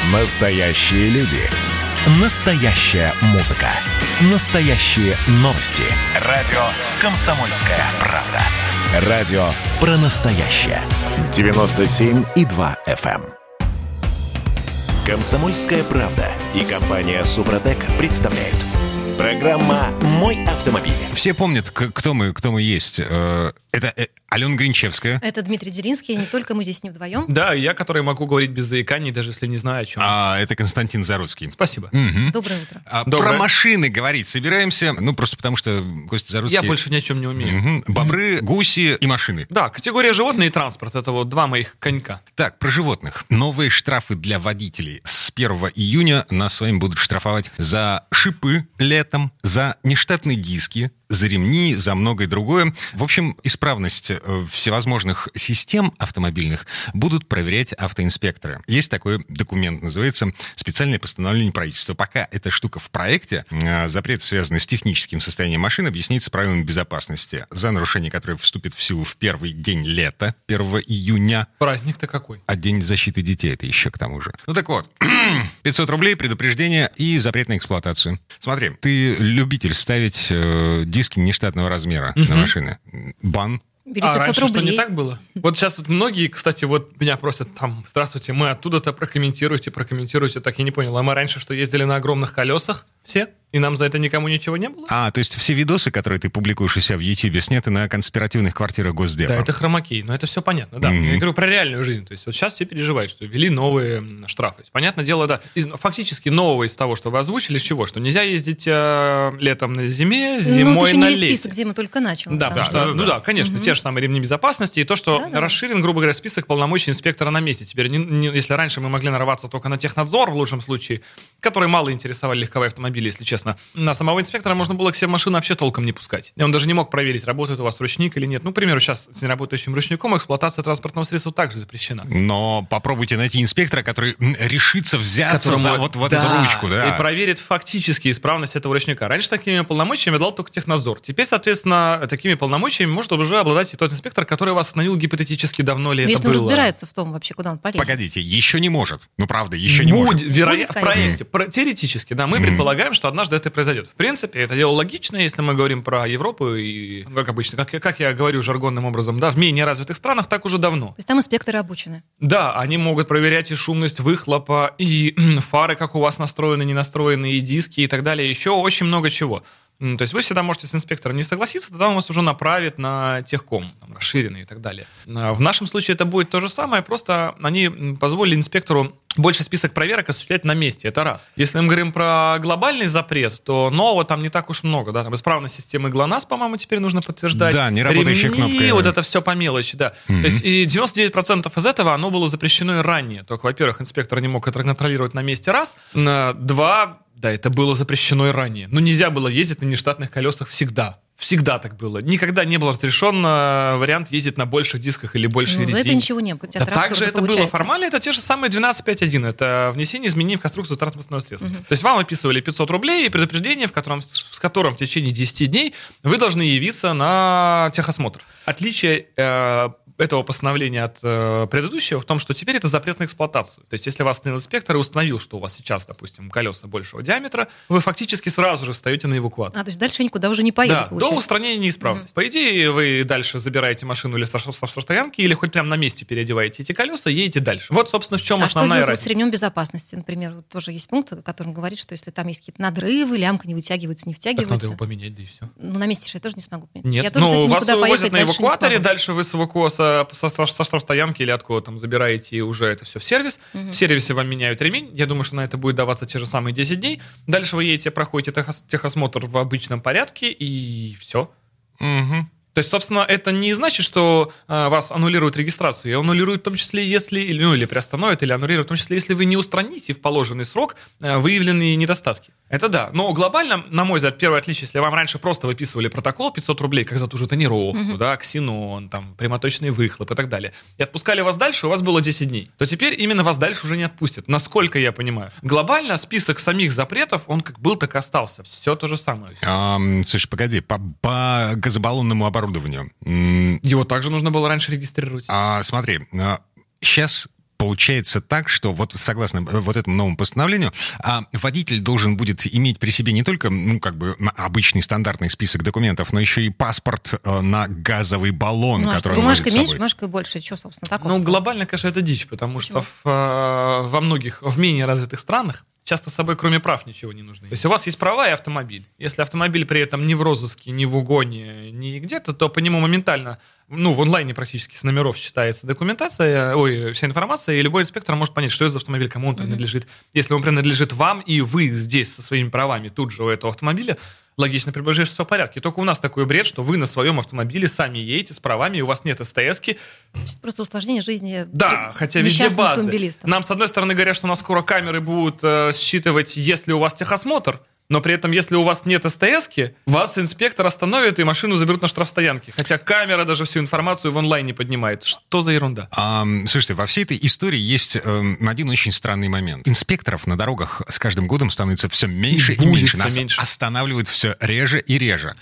Настоящие люди. Настоящая музыка. Настоящие новости. Радио «Комсомольская правда». Радио про настоящее. 97,2 FM. «Комсомольская правда» и компания «Супротек» представляют. Программа «Мой автомобиль». Все помнят, кто мы есть. Это Алена Гринчевская. Это Дмитрий Делинский, не только мы здесь не вдвоем. Да, я, который могу говорить без заиканий, даже если не знаю о чем. Это Константин Заруцкий. Спасибо. Угу. Доброе утро. Про машины говорить собираемся, просто потому что Костя Заруцкий... Я больше ни о чем не умею. Бобры, гуси и машины. Да, категория животные и транспорт — это вот два моих конька. Так, про животных. Новые штрафы для водителей. С 1 июня нас с вами будут штрафовать за шипы летом, за нештатные диски, за ремни, за многое другое. В общем, исправность всевозможных систем автомобильных будут проверять автоинспекторы. Есть такой документ, называется «Специальное постановление правительства». Пока эта штука в проекте, запрет, связанный с техническим состоянием машины, объясняется правилами безопасности, за нарушение которое вступит в силу в первый день лета, 1 июня. Праздник-то какой? А День защиты детей это еще к тому же. Ну так вот, 500 рублей, предупреждение и запрет на эксплуатацию. Смотри, ты любитель ставить диски нештатного размера на машины. Бан. Бери 500 раньше рублей. что не так было? Вот сейчас вот многие, кстати, вот меня просят там: здравствуйте, мы оттуда-то прокомментируйте. Так я не понял. А мы раньше что, ездили на огромных колесах все? И нам за это никому ничего не было? То есть все видосы, которые ты публикуешь у себя в Ютьюбе, сняты на конспиративных квартирах Госдепа. Да, это хромакей, но это все понятно, да. Я говорю про реальную жизнь. То есть вот сейчас все переживают, что ввели новые штрафы. Понятное дело, да, фактически нового из того, что вы озвучили, с чего? Что нельзя ездить летом на зиме, зимой на лете. Это еще не весь список, где мы только начали. Да, конечно, те же самые ремни безопасности, и то, что расширен, грубо говоря, список полномочий инспектора на месте. Теперь, если раньше мы могли нарваться только на технадзор, в лучшем случае, который мало интересовали легковые автомобили, если честно, на самого инспектора можно было к себе в машину вообще толком не пускать. И он даже не мог проверить, работает у вас ручник или нет. К примеру, сейчас с неработающим ручником эксплуатация транспортного средства также запрещена. Но попробуйте найти инспектора, который решится взяться за вот эту ручку. Да. И проверит фактически исправность этого ручника. Раньше такими полномочиями дал только технадзор. Теперь, соответственно, такими полномочиями может уже обладать и тот инспектор, который вас остановил гипотетически давно ли это было. Если он разбирается в том вообще, куда он полезет. Погодите, еще не может. Правда, еще не может. В проекте. Теоретически, да, мы предполагаем, что однажды это произойдет. В принципе, это дело логичное, если мы говорим про Европу и, как обычно, как я говорю жаргонным образом, да, в менее развитых странах так уже давно. То есть там инспекторы обучены. Да, они могут проверять и шумность выхлопа, и фары, как у вас настроены, не настроены, и диски, и так далее, еще очень много чего. То есть вы всегда можете с инспектором не согласиться, тогда он вас уже направит на техком, расширенный и так далее. В нашем случае это будет то же самое, просто они позволили инспектору больше список проверок осуществлять на месте, это раз. Если мы говорим про глобальный запрет, то нового там не так уж много, да, там исправность системы ГЛОНАСС, по-моему, теперь нужно подтверждать. Да, не работающая кнопка. И вот это все по мелочи, да. То есть и 99% из этого, оно было запрещено и ранее. Только, во-первых, инспектор не мог это контролировать на месте, раз. Два, да, это было запрещено и ранее. Но нельзя было ездить на нештатных колесах всегда. Всегда так было. Никогда не был разрешен вариант ездить на больших дисках или больше резине. За это ничего не было. Да, также это было формально. Это те же самые 12.5.1. Это внесение изменений в конструкцию транспортного средства. То есть вам выписывали 500 рублей и предупреждение, с которым в течение 10 дней вы должны явиться на техосмотр. Отличие этого постановления от предыдущего в том, что теперь это запрет на эксплуатацию. То есть если вас остановил инспектор и установил, что у вас сейчас, допустим, колеса большего диаметра, вы фактически сразу же встаете на эвакуатор. То есть дальше никуда уже не поедут, да, до устранения неисправности. По идее, вы дальше забираете машину или с автостоянки, или хоть прямо на месте переодеваете эти колеса и едете дальше. Вот, собственно, в чем основная разница. Что делать с ремнем безопасности? Например, вот тоже есть пункт, о котором говорит, что если там есть какие-то надрывы, лямка не вытягивается, не втягивается. Так надо его поменять, да и все. На месте же я тоже не смогу поменять. Нет, вас вывозят на эвакуаторе, дальше вы с эвакуаса со штрафстоянки или откуда там забираете и уже это все в сервис. В сервисе вам меняют ремень. Я думаю, что на это будет даваться те же самые 10 дней. Дальше вы едете, проходите техосмотр в обычном порядке и все. То есть, собственно, это не значит, что вас аннулируют регистрацию. И аннулируют в том числе, если, или приостановят, или аннулируют в том числе, если вы не устраните в положенный срок выявленные недостатки. Это да. Но глобально, на мой взгляд, первое отличие, если вам раньше просто выписывали протокол 500 рублей, как за ту же тонировку, да, ксенон, там, прямоточный выхлоп и так далее, и отпускали вас дальше, у вас было 10 дней, то теперь именно вас дальше уже не отпустят, насколько я понимаю. Глобально список самих запретов, он как был, так и остался. Все то же самое. Слушай, погоди, по газобаллонному оборудованию. Его также нужно было раньше регистрировать. Смотри, сейчас получается так, что вот согласно вот этому новому постановлению, водитель должен будет иметь при себе не только, обычный стандартный список документов, но еще и паспорт на газовый баллон, который он возит с собой. Бумажкой меньше, бумажкой больше. Что, собственно, такого? Глобально, конечно, это дичь, потому что во многих, в менее развитых странах часто с собой, кроме прав, ничего не нужно. То есть у вас есть права и автомобиль. Если автомобиль при этом не в розыске, не в угоне, не где-то, то по нему моментально, в онлайне практически с номеров считается документация, вся информация, и любой инспектор может понять, что это за автомобиль, кому он принадлежит. Если он принадлежит вам, и вы здесь со своими правами тут же у этого автомобиля, логично предположить, что все в порядке. Только у нас такой бред, что вы на своем автомобиле сами едете с правами, и у вас нет СТС-ки. Просто усложнение жизни. Да, хотя везде базы. Нам, с одной стороны, говорят, что у нас скоро камеры будут считывать, если у вас техосмотр, но при этом, если у вас нет СТС-ки, вас инспектор остановит и машину заберут на штрафстоянке. Хотя камера даже всю информацию в онлайне поднимает. Что за ерунда? Слушайте, во всей этой истории есть один очень странный момент. Инспекторов на дорогах с каждым годом становится все меньше и меньше. Нас останавливают все реже и реже.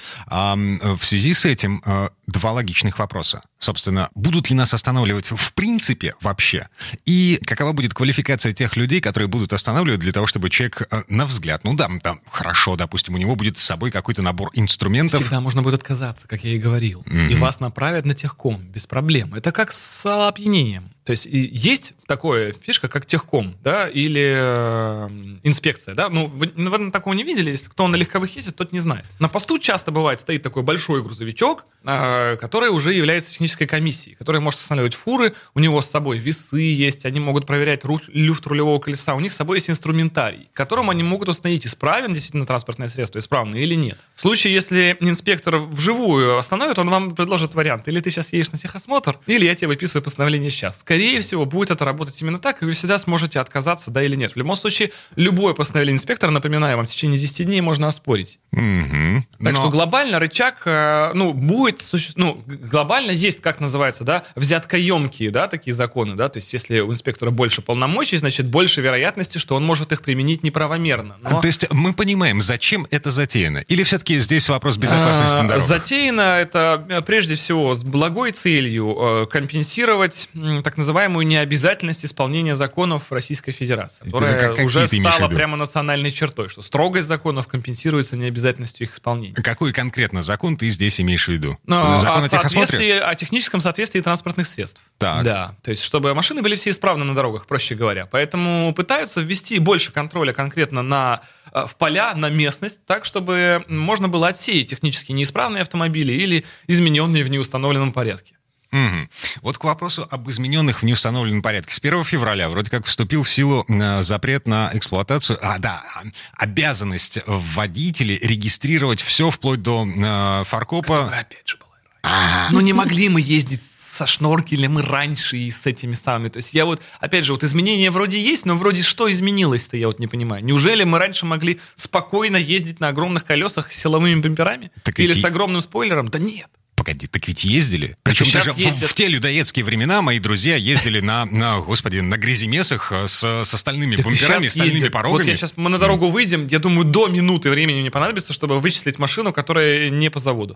В связи с этим два логичных вопроса. Собственно, будут ли нас останавливать в принципе вообще? И какова будет квалификация тех людей, которые будут останавливать для того, чтобы человек, на взгляд, хорошо, допустим, у него будет с собой какой-то набор инструментов. Всегда можно будет отказаться, как я и говорил. И вас направят на техком, без проблем. Это как с опьянением. То есть есть такая фишка, как техком, да, или инспекция, да. Вы такого не видели, если кто на легковых ездит, тот не знает. На посту часто бывает стоит такой большой грузовичок, который уже является технической комиссией, который может останавливать фуры, у него с собой весы есть, они могут проверять люфт рулевого колеса, у них с собой есть инструментарий, которым они могут установить, исправен действительно транспортное средство, исправно или нет. В случае, если инспектор вживую остановит, он вам предложит вариант, или ты сейчас едешь на техосмотр, или я тебе выписываю постановление сейчас. Скорее всего, будет это работать именно так, и вы всегда сможете отказаться, да или нет. В любом случае, любое постановление инспектора, напоминаю вам, в течение 10 дней можно оспорить. Так что глобально рычаг, будет, глобально есть, как называется, да, взяткоемкие, да, такие законы, да, то есть если у инспектора больше полномочий, значит, больше вероятности, что он может их применить неправомерно. То есть мы понимаем, зачем это затеяно? Или все-таки здесь вопрос безопасности на дорогах? Затеяно это прежде всего с благой целью компенсировать так называемую необязательность исполнения законов Российской Федерации, которая уже стала прямо национальной чертой, что строгость законов компенсируется необязательностью их исполнения. Какой конкретно закон ты здесь имеешь в виду? Закон о техническом соответствии транспортных средств. Так. Да, то есть чтобы машины были все исправны на дорогах, проще говоря. Поэтому пытаются ввести больше контроля конкретно в поля, на местность, так, чтобы можно было отсеять технически неисправные автомобили или измененные в неустановленном порядке. Вот к вопросу об измененных в неустановленном порядке. С 1 февраля вроде как вступил в силу запрет на эксплуатацию, обязанность водителей регистрировать все вплоть до фаркопа. Которая опять же была. Не могли мы ездить со шноркелем и раньше, и с этими самыми. То есть я опять же, изменения вроде есть, но вроде что изменилось-то, я не понимаю. Неужели мы раньше могли спокойно ездить на огромных колесах с силовыми бамперами? Или с огромным спойлером? Да нет. Погоди, так ведь ездили. Причем даже в те людоедские времена мои друзья ездили на гряземесах с стальными бамперами, стальными порогами. Мы на дорогу выйдем, я думаю, до минуты времени не понадобится, чтобы вычислить машину, которая не по заводу.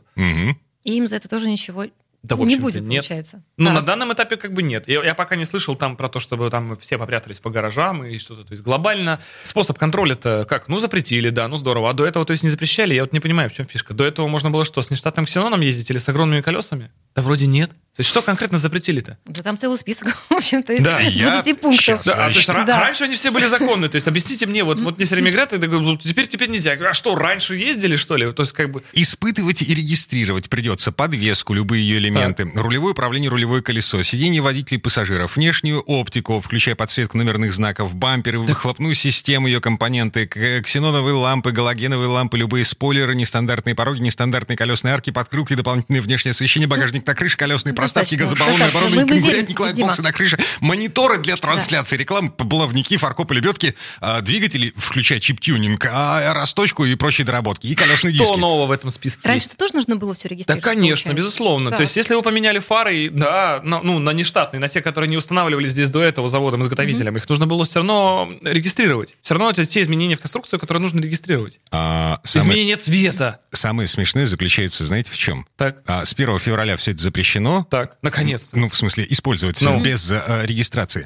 И им за это тоже ничего не будет, нет. Получается. На данном этапе нет. Я пока не слышал там про то, чтобы там все попрятались по гаражам и что-то. То есть глобально способ контроля-то как? Запретили, да, здорово. А до этого, то есть, не запрещали? Я не понимаю, в чем фишка. До этого можно было что, с нештатным ксеноном ездить или с огромными колесами? Да вроде нет. То есть что конкретно запретили-то? Да там целый список, в общем-то, из 20 пунктов. То есть раньше они все были законны. То есть объясните мне, вот мне все время говорят, теперь нельзя. Я говорю, а что, раньше ездили, что ли? То есть Испытывать и регистрировать придется подвеску, любые ее элементы, рулевое управление, рулевое колесо, сиденье водителей и пассажиров, внешнюю оптику, включая подсветку номерных знаков, бамперы, выхлопную систему, ее компоненты, ксеноновые лампы, галогеновые лампы, любые спойлеры, нестандартные пороги, нестандартные колесные арки, подкрылки, дополнительное внешнее освещение, багажник на крыше, колесные проставки, газобаллонные оборудование, курятник, лайтбоксы на крыше, мониторы для трансляции рекламы, плавники, фаркопы, лебедки, двигатели, включая чип-тюнинг, расточку и прочие доработки, и колесные диски. Что нового в этом списке Раньше-то тоже нужно было все регистрировать? Да, конечно, безусловно. Да. То есть, если вы поменяли фары, на нештатные, на те, которые не устанавливались здесь до этого заводом-изготовителем, их нужно было все равно регистрировать. Все равно это те изменения в конструкцию, которые нужно регистрировать. Изменение цвета. Самое смешное заключается, знаете, в чем? Так. С 1 февраля все это запрещено, Так, наконец-то. Ну, в смысле, использовать без регистрации.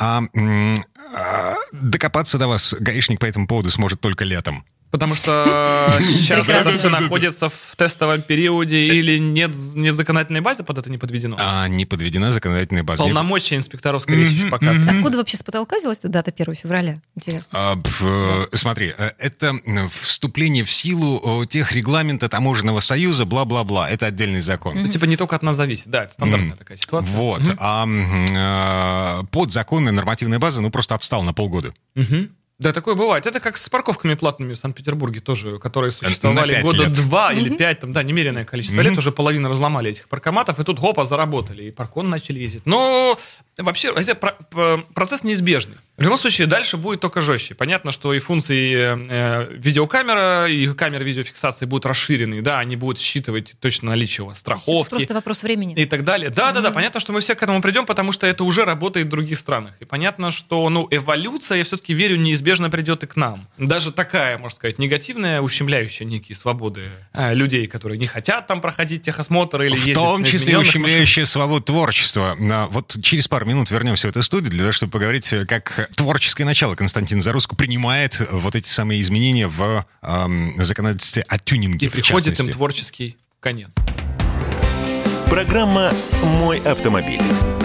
Докопаться до вас гаишник по этому поводу сможет только летом. Потому что сейчас это все находится в тестовом периоде или нет законодательной базы под это не подведено? Не подведена законодательная база. Полномочия инспекторовской вещи еще показывают. Откуда вообще с потолка взялась эта дата 1 февраля? Интересно. Смотри, это вступление в силу тех регламента Таможенного союза, бла-бла-бла. Это отдельный закон. Ну, типа не только от нас зависит. Да, это стандартная такая ситуация. Вот. Подзаконная нормативная база, просто отстала на полгода. Да, такое бывает. Это как с парковками платными в Санкт-Петербурге тоже, которые существовали года 2 или 5, немеренное количество лет, уже половину разломали этих паркоматов, и тут заработали, и паркон начали ездить. Но вообще, это процесс неизбежный. В любом случае, дальше будет только жестче. Понятно, что и функции видеокамера, и камеры видеофиксации будут расширены, да, они будут считывать точно наличие у вас страховки. Это просто вопрос времени. И так далее. Да, понятно, что мы все к этому придем, потому что это уже работает в других странах. И понятно, что, эволюция, я все-таки верю, неизбежно придет и к нам. Даже такая, можно сказать, негативная, ущемляющая некие свободы людей, которые не хотят там проходить техосмотр или ездить. В том числе ущемляющая свободу творчества. Вот через пару минут вернемся в эту студию для того, чтобы поговорить, как творческое начало Константина Зарусского принимает вот эти самые изменения в законодательстве о тюнинге. И приходит им творческий конец. Программа «Мой автомобиль».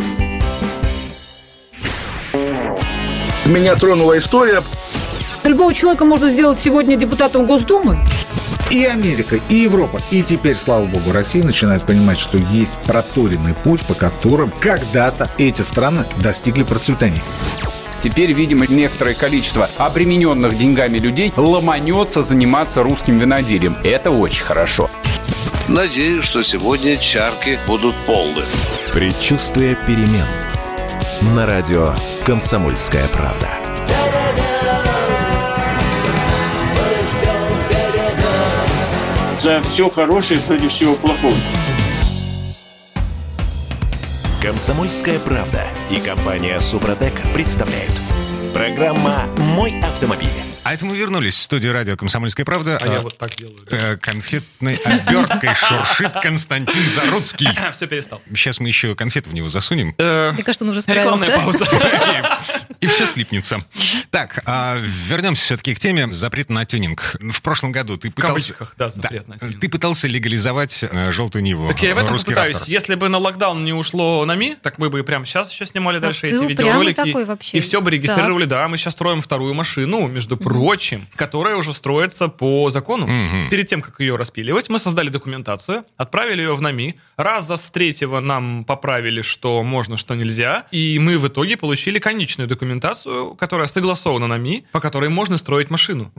Меня тронула история. Любого человека можно сделать сегодня депутатом Госдумы. И Америка, и Европа, и теперь, слава богу, Россия начинает понимать, что есть проторенный путь, по которым когда-то эти страны достигли процветания. Теперь, видимо, некоторое количество обремененных деньгами людей ломанется заниматься русским виноделием. Это очень хорошо. Надеюсь, что сегодня чарки будут полны. Предчувствие перемен. На радио «Комсомольская правда». За все хорошее против всего плохого. «Комсомольская правда» и компания «Супротек» представляют. Программа «Мой автомобиль». А это мы вернулись в студию радио «Комсомольская правда». Я вот так делаю. Конфетной оберткой шуршит Константин Заруцкий. Все, перестал. Сейчас мы еще конфету в него засунем. Мне кажется, он уже справился. Рекламная пауза. И все слипнется. Так, вернемся все-таки к теме запрета на тюнинг. В прошлом году ты пытался... В кавычках, да, запрет на тюнинг. Ты пытался легализовать желтую Ниву. Так я в этом русский пытаюсь. Раптор. Если бы на локдаун не ушло на МИ, так мы бы прямо сейчас еще снимали дальше эти ты видеоролики. такой вообще. И все бы регистрировали. Да, мы сейчас строим вторую машину, между прочим, которая уже строится по закону. Перед тем, как ее распиливать, мы создали документацию, отправили ее в НАМИ. Раза с третьего нам поправили, что можно, что нельзя. И мы в итоге получили конечную документацию, которая согласована на МИ, по которой можно строить машину.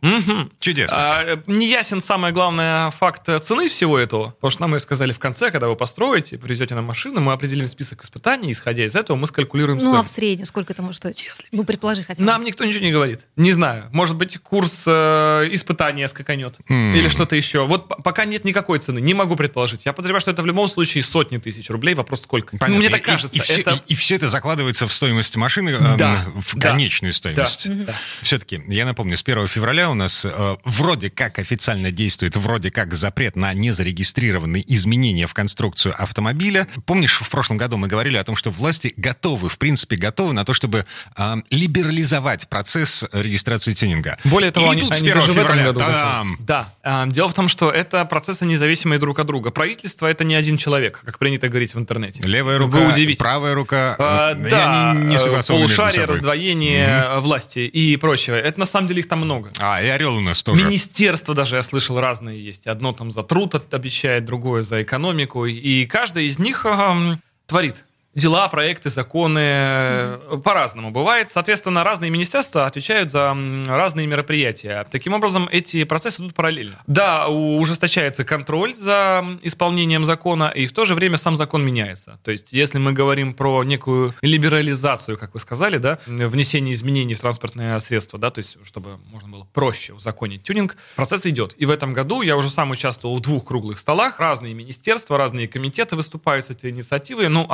Чудесно. Не ясен, самое главное, факт цены всего этого. Потому что нам ее сказали в конце, когда вы построите, привезете нам машину, мы определим список испытаний, исходя из этого мы скалькулируем стоимость. А в среднем сколько это может стоить? Предположи хотя бы. Нам никто ничего не говорит. Не знаю. Может быть, курс испытания скаканет. Или что-то еще. Вот пока нет никакой цены. Не могу предположить. Я подозреваю, что это в любом случае сотни тысяч рублей. Вопрос сколько. Мне так кажется. И все это закладывается в стоимость машины, в конечную стоимость. Да. Все-таки, я напомню, с 1 февраля у нас вроде как официально действует, вроде как запрет на незарегистрированные изменения в конструкцию автомобиля. Помнишь, в прошлом году мы говорили о том, что власти готовы, в принципе, готовы на то, чтобы либерализовать процесс регистрации тюнинга. Более того, они с 1 даже февраля. в этом году. Да. Дело в том, что это процессы независимые друг от друга. Правительство — это не один человек, как принято говорить в интернете. Левая рука, правая рука. Да, не согласованы между полушарие, собой. раздвоение власти и прочего. Это на самом деле их там много. И «Орел» у нас тоже. Министерства даже, я слышал, разные есть. Одно там за труд обещает, другое за экономику. И каждый из них творит дела, проекты, законы, по-разному бывает. Соответственно, разные министерства отвечают за разные мероприятия. Таким образом, эти процессы идут параллельно. Да, ужесточается контроль за исполнением закона, и в то же время сам закон меняется. То есть, если мы говорим про некую либерализацию, как вы сказали, да, внесение изменений в транспортное средство, да, то есть, чтобы можно было проще узаконить тюнинг, процесс идет. И в этом году я уже сам участвовал в 2 круглых столах. Разные министерства, разные комитеты выступают с этой инициативой, но она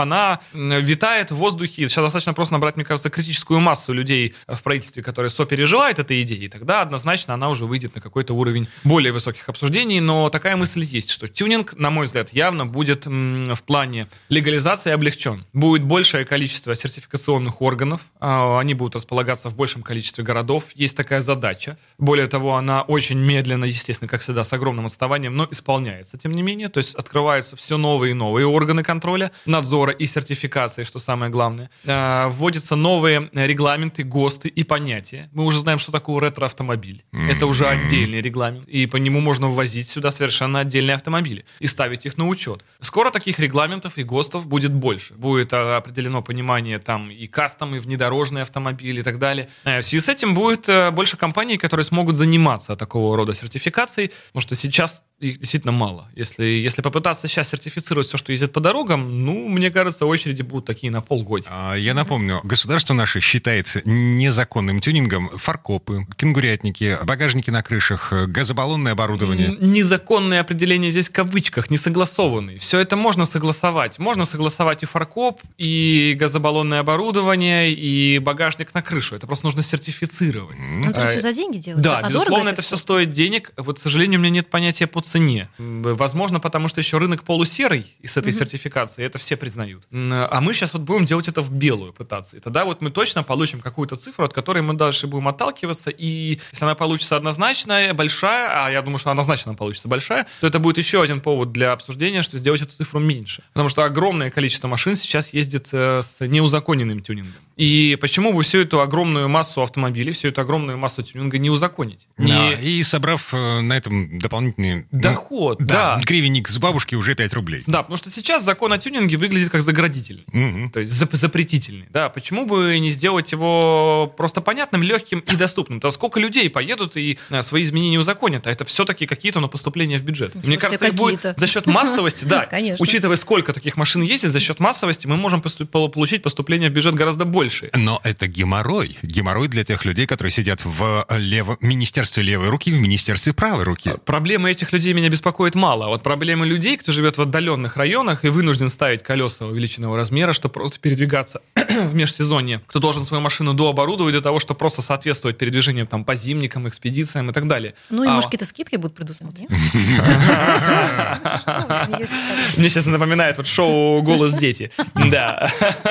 витает в воздухе. Сейчас достаточно просто набрать, мне кажется, критическую массу людей в правительстве, которые сопереживают этой идее, и тогда однозначно она уже выйдет на какой-то уровень более высоких обсуждений. Но такая мысль есть, что тюнинг, на мой взгляд, явно будет в плане легализации облегчен. Будет большее количество сертификационных органов, они будут располагаться в большем количестве городов. Есть такая задача. Более того, она очень медленно, естественно, как всегда, с огромным отставанием, но исполняется, тем не менее. То есть открываются все новые и новые органы контроля, надзора и сертификации, что самое главное. Вводятся новые регламенты, ГОСТы и понятия. Мы уже знаем, что такое ретро-автомобиль. Это уже отдельный регламент. И по нему можно ввозить сюда совершенно отдельные автомобили и ставить их на учет. Скоро таких регламентов и ГОСТов будет больше. Будет определено понимание там и кастом, и внедорожные автомобили и так далее. В связи с этим будет больше компаний, которые смогут заниматься такого рода сертификацией, потому что сейчас их действительно мало. Если попытаться сейчас сертифицировать все, что ездит по дорогам, мне кажется, очереди будут такие на полгода. Я напомню, государство наше считается незаконным тюнингом фаркопы, кенгурятники, багажники на крышах, газобаллонное оборудование. Незаконное определение здесь в кавычках, несогласованный. Все это можно согласовать. Можно согласовать и фаркоп, и газобаллонное оборудование, и багажник на крышу. Это просто нужно сертифицировать. Это все за деньги делается? Да, безусловно, это все стоит денег. Вот, к сожалению, у меня нет понятия по цене. Возможно, потому что еще рынок полусерый и с этой сертификацией, это все признают. А мы сейчас будем делать это в белую пытаться. И тогда мы точно получим какую-то цифру, от которой мы дальше будем отталкиваться. И если она получится однозначная, большая, а я думаю, что однозначно получится большая, то это будет еще один повод для обсуждения, что сделать эту цифру меньше. Потому что огромное количество машин сейчас ездит с неузаконенным тюнингом. И почему бы всю эту огромную массу автомобилей, всю эту огромную массу тюнинга не узаконить? И собрав на этом дополнительный доход, да. Гривенник с бабушки уже 5 рублей. Да, потому что сейчас закон о тюнинге выглядит как заградительный, то есть запретительный. Да, почему бы не сделать его просто понятным, легким и доступным? То сколько людей поедут и свои изменения узаконят, а это все-таки какие-то поступления в бюджет. Мне кажется, их будет за счет массовости, да, учитывая, сколько таких машин ездит, за счет массовости мы можем получить поступление в бюджет гораздо больше. Но это геморрой. Геморрой для тех людей, которые сидят в министерстве левой руки, в министерстве правой руки. Проблемы этих людей меня беспокоит мало. Вот проблемы людей, кто живет в отдаленных районах и вынужден ставить колеса увеличенного размера, чтобы просто передвигаться в межсезонье, кто должен свою машину дооборудовать для того, чтобы просто соответствовать передвижениям там, по зимникам, экспедициям и так далее. И, может, какие-то скидки будут предусмотрены? Мне сейчас напоминает шоу «Голос дети». Да.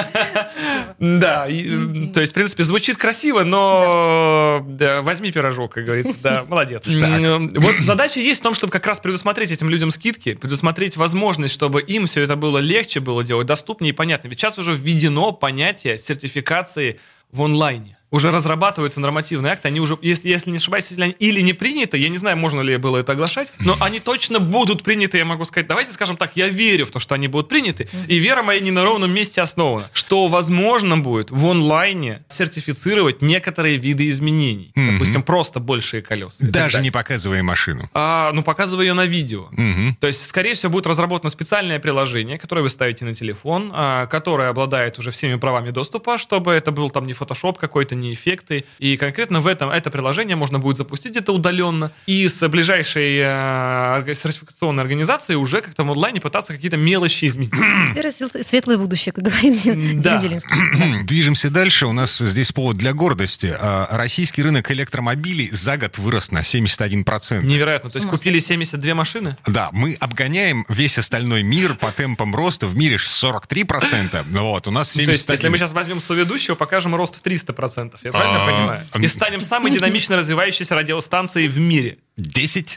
Да. То есть, в принципе, звучит красиво, но возьми пирожок, как говорится. Да, молодец. Вот задача есть в том, чтобы как раз предусмотреть этим людям скидки, предусмотреть возможность, чтобы им все это было легче было делать, доступнее и понятно. Ведь сейчас уже введено понятие сертификации в онлайне. Уже разрабатываются нормативные акты, они уже, если не ошибаюсь, если они или не приняты, я не знаю, можно ли было это оглашать, но они точно будут приняты, я могу сказать. Давайте скажем так, я верю в то, что они будут приняты, и вера моя не на ровном месте основана, что возможно будет в онлайне сертифицировать некоторые виды изменений. Допустим, просто большие колеса. Даже не показывая машину. Показывая ее на видео. То есть, скорее всего, будет разработано специальное приложение, которое вы ставите на телефон, которое обладает уже всеми правами доступа, чтобы это был там не фотошоп какой-то, не эффекты. И конкретно в этом это приложение можно будет запустить где-то удаленно и с ближайшей сертификационной организацией уже как-то в онлайне пытаться какие-то мелочи изменить. Сфера светлое будущее, как говорит Дим Делинский. Движемся дальше. У нас здесь повод для гордости. Российский рынок электромобилей за год вырос на 71%. Невероятно. То есть купили 72 машины? Да, мы обгоняем весь остальной мир по темпам роста. В мире 43%. Вот, у нас 71%. То есть, если мы сейчас возьмем соведущего, покажем рост в 300%. Я правильно понимаю? И станем самой динамично развивающейся радиостанцией в мире. 10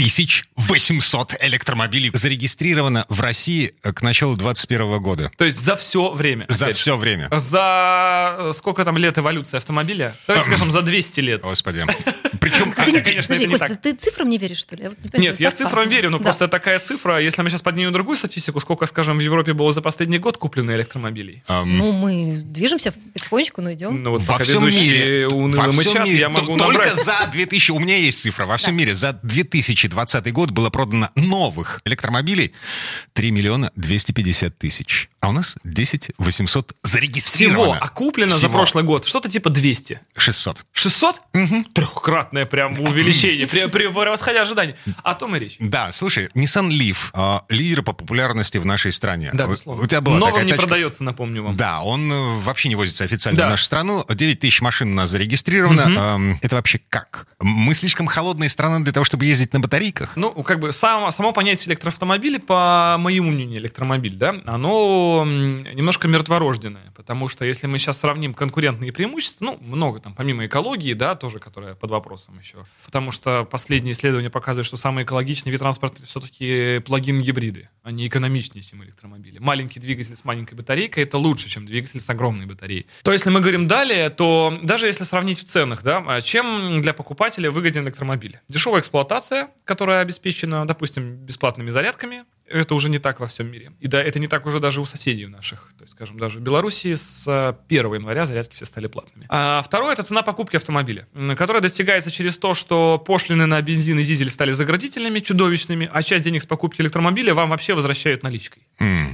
800 электромобилей зарегистрировано в России к началу 2021 года. То есть за все время? За все время. За сколько там лет эволюции автомобиля? Давайте скажем, за 200 лет. Господи. Причем, конечно, это не так. Ты цифрам не веришь, что ли? Нет, я цифрам верю, но просто такая цифра. Если мы сейчас поднимем другую статистику, сколько, скажем, в Европе было за последний год куплено электромобилей? Мы движемся потихоньку, но идем. Ну вот пока ведущие уныло мычат, я могу набрать. Только за 2000, у меня есть цифра, во всем мире за 2020 год было продано новых электромобилей 3 миллиона 250 тысяч. А у нас 10 800 зарегистрировано. Всего, а куплено за прошлый год что-то типа 200. 600. 600? Угу. Трехкратно двукратное прям увеличение, превосходя ожидания. О том и речь. Да, слушай, Nissan Leaf, лидер по популярности в нашей стране. Да, у тебя была новым такая не тачка. Продается, напомню вам. Да, он вообще не возится официально в нашу страну. 9 тысяч машин у нас зарегистрировано. Это вообще как? Мы слишком холодная страна для того, чтобы ездить на батарейках? Ну, как бы само понятие электроавтомобиля, по моему мнению, электромобиль, да, оно немножко мертворожденное, потому что если мы сейчас сравним конкурентные преимущества, ну, много там, помимо экологии, да, тоже, которая под вопросом еще, потому что последние исследования показывают, что самый экологичный вид транспорта это все-таки плагин-гибриды, они экономичнее, чем электромобили. Маленький двигатель с маленькой батарейкой это лучше, чем двигатель с огромной батареей. То если мы говорим далее, то даже если сравнить в ценах, да, чем для покупателя выгоден электромобиль? Дешевая эксплуатация, которая обеспечена, допустим, бесплатными зарядками. Это уже не так во всем мире. И да, это не так уже даже у соседей наших. То есть, скажем, даже в Беларуси с 1 января зарядки все стали платными. А второе — это цена покупки автомобиля, которая достигается через то, что пошлины на бензин и дизель стали заградительными, чудовищными, а часть денег с покупки электромобиля вам вообще возвращают наличкой.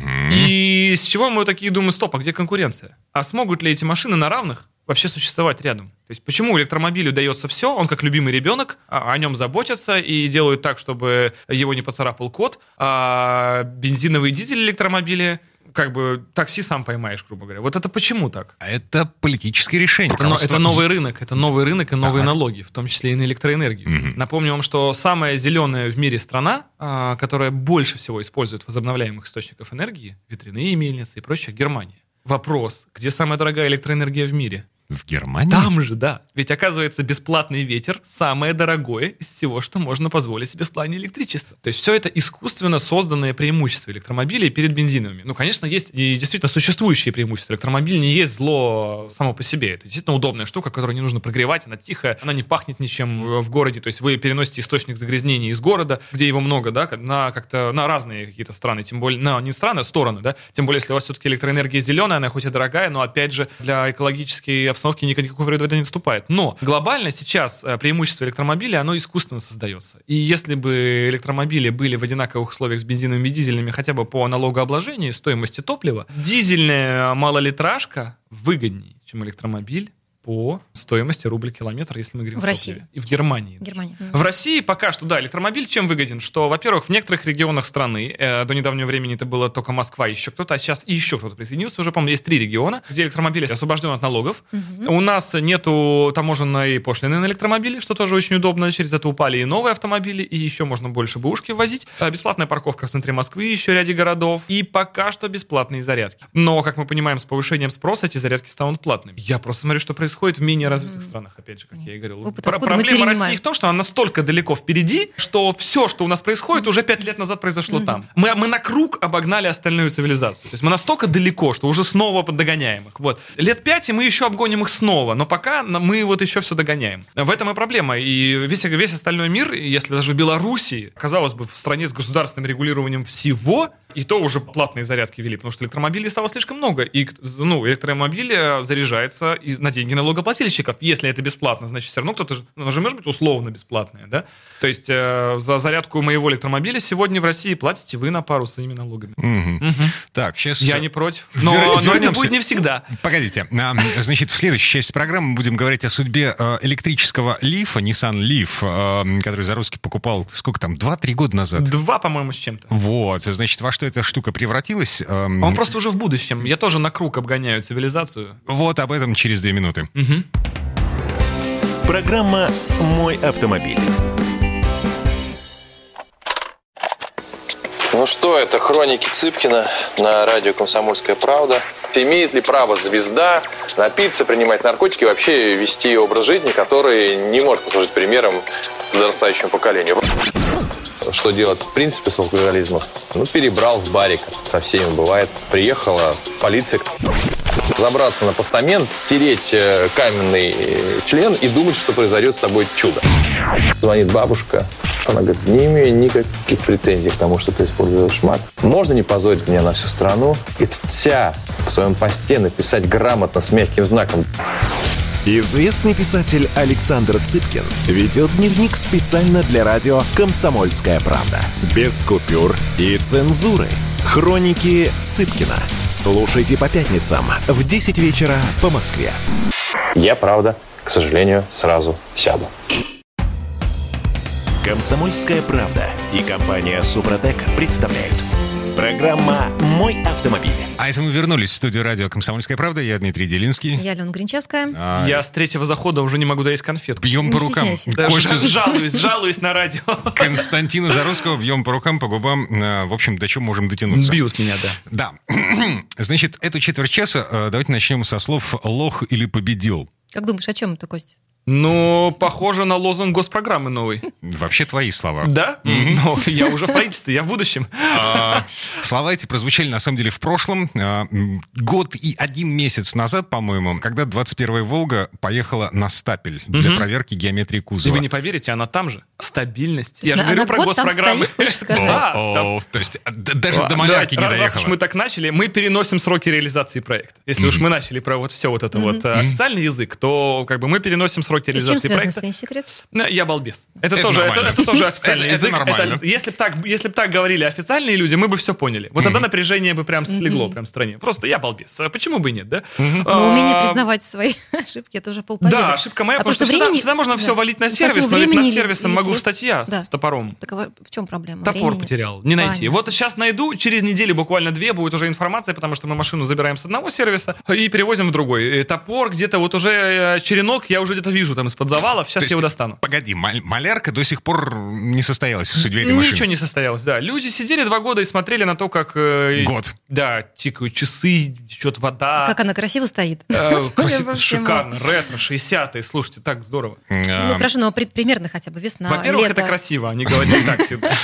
И с чего мы такие думаем, стоп, а где конкуренция? А смогут ли эти машины на равных вообще существовать рядом? То есть почему электромобилю дается все, он как любимый ребенок, о нем заботятся и делают так, чтобы его не поцарапал кот, а бензиновые дизель электромобили, как бы такси сам поймаешь, грубо говоря. Вот это почему так? Это политическое решение. Это новый рынок и новые налоги, в том числе и на электроэнергию. Напомню вам, что самая зеленая в мире страна, которая больше всего использует возобновляемых источников энергии, ветряные мельницы и прочее, Германия. Вопрос, где самая дорогая электроэнергия в мире? В Германии? Там же, да. Ведь, оказывается, бесплатный ветер самое дорогое из всего, что можно позволить себе в плане электричества. То есть все это искусственно созданное преимущество электромобилей перед бензиновыми. Ну, конечно, есть и действительно существующие преимущества. Электромобиль не есть зло само по себе. Это действительно удобная штука, которую не нужно прогревать, она тихая, она не пахнет ничем в городе. То есть вы переносите источник загрязнения из города, где его много, да, на разные какие-то страны, тем более, не страны, а стороны, да. Тем более, если у вас все-таки электроэнергия зеленая, она хоть и дорогая, но опять же для экологической обстановки никакого вреда не наступает. Но глобально сейчас преимущество электромобиля, оно искусственно создается. И если бы электромобили были в одинаковых условиях с бензиновыми и дизельными хотя бы по налогообложению, стоимости топлива, дизельная малолитражка выгоднее, чем электромобиль по стоимости рубль-километр, если мы говорим в России. И в Германии. В России пока что, да, электромобиль чем выгоден? Что, во-первых, в некоторых регионах страны, до недавнего времени это было только Москва, еще кто-то, а сейчас и еще кто-то присоединился. Уже, по-моему, есть 3 региона, где электромобиль освобожден от налогов. У нас нету таможенной пошлины на электромобили, что тоже очень удобно. Через это упали и новые автомобили, и еще можно больше бэушки ввозить. Бесплатная парковка в центре Москвы, еще в ряде городов. И пока что бесплатные зарядки. Но, как мы понимаем, с повышением спроса эти зарядки станут платными. Я просто смотрю, что происходит в менее развитых странах, опять же, как я и говорил. Проблема России в том, что она настолько далеко впереди, что все, что у нас происходит, уже 5 лет назад произошло там. Мы на круг обогнали остальную цивилизацию. То есть мы настолько далеко, что уже снова догоняем их. Вот. Лет 5, и мы еще обгоним их снова, но пока мы вот еще все догоняем. В этом и проблема. И весь остальной мир, если даже в Беларуси, казалось бы, в стране с государственным регулированием всего, и то уже платные зарядки ввели, потому что электромобилей стало слишком много. И электромобиль заряжается на деньги налогоплательщиков. Если это бесплатно, значит, все равно оно же может быть условно бесплатное, да? То есть за зарядку моего электромобиля сегодня в России платите вы на пару своими налогами. Так, сейчас... Я не против. Но это будет не всегда. Погодите. Значит, в следующей части программы мы будем говорить о судьбе электрического Лифа, Nissan Leaf, который Заруцкий покупал, сколько там, 2-3 года назад? 2, по-моему, с чем-то. Вот, значит, во что эта штука превратилась? Он просто уже в будущем. Я тоже на круг обгоняю цивилизацию. Вот об этом через 2 минуты. Программа «Мой автомобиль». Ну что, это хроники Цыпкина на радио «Комсомольская правда». Имеет ли право звезда напиться, принимать наркотики и вообще вести образ жизни, который не может послужить примером подрастающему поколению? Что делать в принципе с алкоголизмом? Перебрал в барик, со всеми бывает. Приехала полиция. Забраться на постамент, тереть каменный член и думать, что произойдет с тобой чудо. Звонит бабушка. Она говорит, не имею никаких претензий к тому, что ты используешь мат. Можно не позорить меня на всю страну и вся в своем посте написать грамотно с мягким знаком. Известный писатель Александр Цыпкин ведет дневник специально для радио «Комсомольская правда». Без купюр и цензуры. Хроники Цыпкина. Слушайте по пятницам в 10 вечера по Москве. Я, правда, к сожалению, сразу сяду. Комсомольская правда и компания «Супротек» представляют. Программа «Мой автомобиль». А это мы вернулись в студию радио «Комсомольская правда». Я Дмитрий Делинский. Я Алена Гринчевская. Я с третьего захода уже не могу доесть конфетку. Бьем по рукам. Жалуюсь на радио. Константина Заруцкого бьем по рукам, по губам. В общем, до чего можем дотянуться. Бьют меня, да. Да. Значит, эту четверть часа давайте начнем со слов «лох» или «победил». Как думаешь, о чем это, Костя? Ну, похоже на лозунг госпрограммы новой. Вообще твои слова. Да? Но я уже в правительстве, я в будущем. Слова эти прозвучали, на самом деле, в прошлом. Год и 1 месяц назад, по-моему, когда 21-я «Волга» поехала на стапель для проверки геометрии кузова. И вы не поверите, она там же. Стабильность. Я же говорю про госпрограммы. То есть даже до малярки не доехала. Раз уж мы так начали, мы переносим сроки реализации проекта. Если уж мы начали про вот все вот это вот официальный язык, то как бы мы переносим сроки реализации проекта. С чем связано, если не секрет? Я балбес. Это тоже официальный язык. Это нормально. Если бы так говорили официальные люди, мы бы все поняли. Вот тогда напряжение бы прям слегло прям в стране. Просто я балбес. Почему бы и нет, да? Но умение признавать свои ошибки, это уже полпобеды. Да, ошибка моя, потому что всегда можно все валить на сервис, но ведь над сервисом могу стать я с топором. Так в чем проблема? Топор потерял, не найти. Вот сейчас найду, через неделю, буквально 2, будет уже информация, потому что мы машину забираем с одного сервиса и перевозим в другой. Топор где-то вот уже черенок, я уже где-то вижу там из-под завалов, сейчас я его достану. Погоди, малярка до сих пор не состоялась в судьбе этой машины? Ничего не состоялось, да. Люди сидели 2 года и смотрели на то, как... Год. Да, тикают часы, течет вода. Как она красиво стоит. Шикарно, ретро, 60-е, слушайте, так здорово. Ну хорошо, но примерно хотя бы весна, Во-первых, лето. это красиво, они говорили так.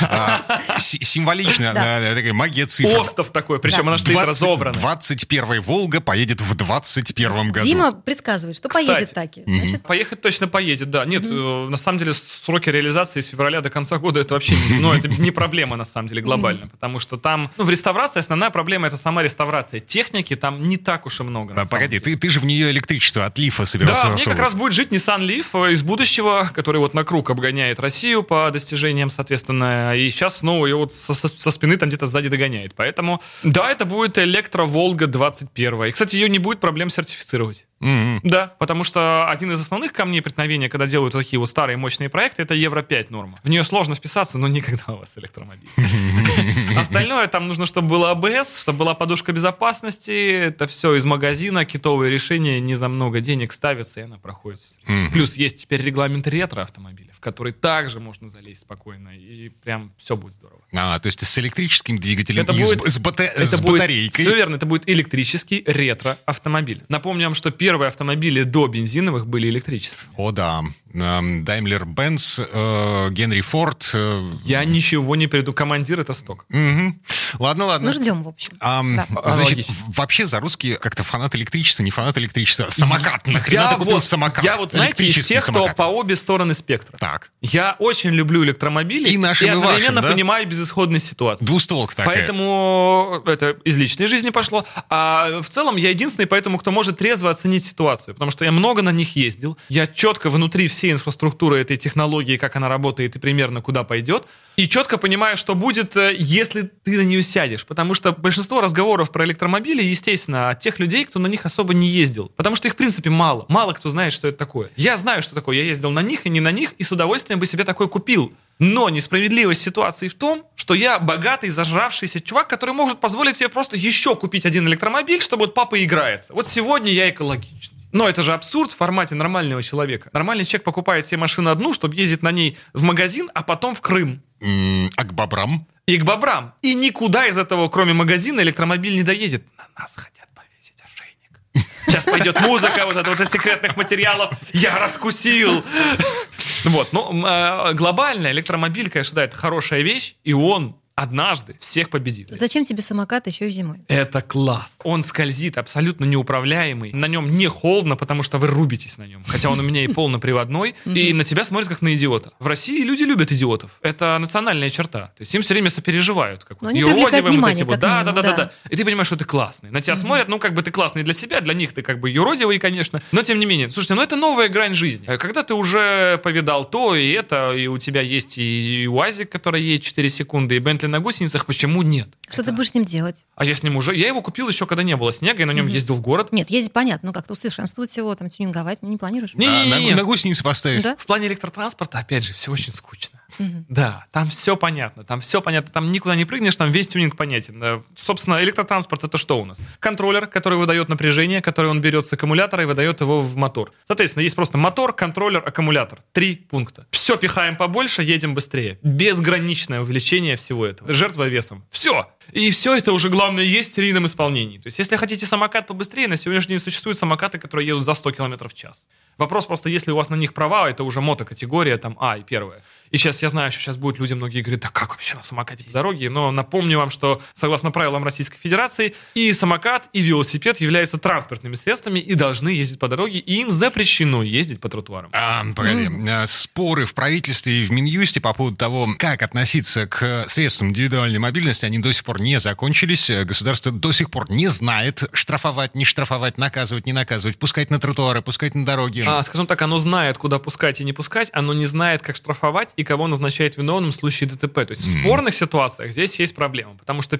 Символично, такая магия цифр. Остов такой, причем она стоит разобрана. 21-я «Волга» поедет в 21-м году. Дима предсказывает, что поедет таки. Поехать точно поедет, да. Нет, на самом деле сроки реализации с февраля до конца года это вообще это не проблема на самом деле глобально, потому что там в реставрации основная проблема это сама реставрация. Техники там не так уж и много. Погоди, ты же в нее электричество от Лифа собирался засовывать. Да, в ней как раз будет жить Nissan Leaf из будущего, который вот на круг обгоняет Россию по достижениям, соответственно, и сейчас снова ее вот со спины там где-то сзади догоняет. Поэтому, да, это будет электро-Волга 21. И, кстати, ее не будет проблем сертифицировать. Да, потому что один из основных камней преткновения, когда делают такие вот старые мощные проекты, это Евро-5 норма. В нее сложно вписаться, но никогда у вас электромобиль. Остальное там нужно, чтобы было АБС, чтобы была подушка безопасности. Это все из магазина, китовые решения не за много денег ставятся, и она проходит. Плюс есть теперь регламент ретро-автомобиля, в который также можно залезть спокойно, и прям все будет здорово. То есть с электрическим двигателем и с батарейкой. Все верно, это будет электрический ретро-автомобиль. Напомню вам, что первые автомобили до бензиновых были электрические. О, да. Daimler-Benz, Генри Форд. Я ничего не приду. Командир — это сток. Ладно. Ну, ждем, в общем. Значит, вообще Заруцкий как-то фанат электричества, не фанат электричества. Самокат. Нахрена ты купил самокат? Я вот, знаете, из тех, кто по обе стороны спектра. Так. Я очень люблю электромобили. И нашим, и одновременно вашим, понимаю безысходность ситуации. Двустволка такая. Поэтому это из личной жизни пошло. А в целом я единственный, поэтому, кто может трезво оценить ситуацию. Потому что я много на них ездил. Я четко внутри всей инфраструктуры этой технологии, как она работает и примерно куда пойдет. И четко понимаю, что будет, если ты на нее сядешь. Потому что большинство разговоров про электромобили, естественно, от тех людей, кто на них особо не ездил. Потому что их, в принципе, мало. Мало кто знает, что это такое. Я знаю, что такое. Я ездил на них и не на них, и с удовольствием бы себе такой купил. Но несправедливость ситуации в том, что я богатый, зажравшийся чувак, который может позволить себе просто еще купить один электромобиль, чтобы вот папа играется. Вот сегодня я экологичный. Но это же абсурд в формате нормального человека. Нормальный человек покупает себе машину одну, чтобы ездить на ней в магазин, а потом в Крым. А к бобрам? И к бобрам. И никуда из этого, кроме магазина, электромобиль не доедет. На нас хотят повесить ошейник. Сейчас пойдет музыка вот это вот из секретных материалов. Я раскусил. Вот, глобально электромобиль, конечно, да, это хорошая вещь, и он однажды всех победит. Зачем тебе самокат еще и зимой? Это класс. Он скользит, абсолютно неуправляемый. На нем не холодно, потому что вы рубитесь на нем. Хотя он у меня и полноприводной. И на тебя смотрят как на идиота. В России люди любят идиотов. Это национальная черта. То есть им все время сопереживают. Юродивым вот эти вот. Да. И ты понимаешь, что ты классный. На тебя смотрят, как бы ты классный для себя, для них ты как бы юродивый, конечно. Но тем не менее. Слушайте, это новая грань жизни. Когда ты уже повидал то и это, и у тебя есть и УАЗик, который едет 4 секунды, и Бентли на гусеницах, почему нет? Что ты будешь с ним делать? А я с ним уже... Я его купил еще, когда не было снега, я на нем ездил в город. Нет, ездить понятно, но как-то усовершенствовать его, там, тюнинговать, не планируешь? На гусеницы поставить. Да? В плане электротранспорта, опять же, все очень скучно. Да, там все понятно, там никуда не прыгнешь, там весь тюнинг понятен. Собственно, электротранспорт — это что у нас? Контроллер, который выдает напряжение, который он берет с аккумулятора и выдает его в мотор. Соответственно, есть просто мотор, контроллер, аккумулятор. 3 пункта. Все пихаем побольше, едем быстрее. Безграничное увеличение всего этого. Жертва весом. Все. И все это уже, главное, есть в серийном исполнении. То есть, если хотите самокат побыстрее, на сегодняшний день существуют самокаты, которые едут за 100 км в час. Вопрос просто, если у вас на них права, это уже мотокатегория, там, А и первая. И сейчас, я знаю, что сейчас будут люди, многие говорят, да как вообще на самокате есть дороги? Но напомню вам, что, согласно правилам Российской Федерации, и самокат, и велосипед являются транспортными средствами и должны ездить по дороге, и им запрещено ездить по тротуарам. Погоди. Споры в правительстве и в Минюсте по поводу того, как относиться к средствам индивидуальной мобильности, они до сих пор не закончились. Государство до сих пор не знает, штрафовать, не штрафовать, наказывать, не наказывать, пускать на тротуары, пускать на дороги. Скажем так, оно знает, куда пускать и не пускать, оно не знает, как штрафовать и кого назначает виновным в случае ДТП. То есть в спорных ситуациях здесь есть проблема, потому что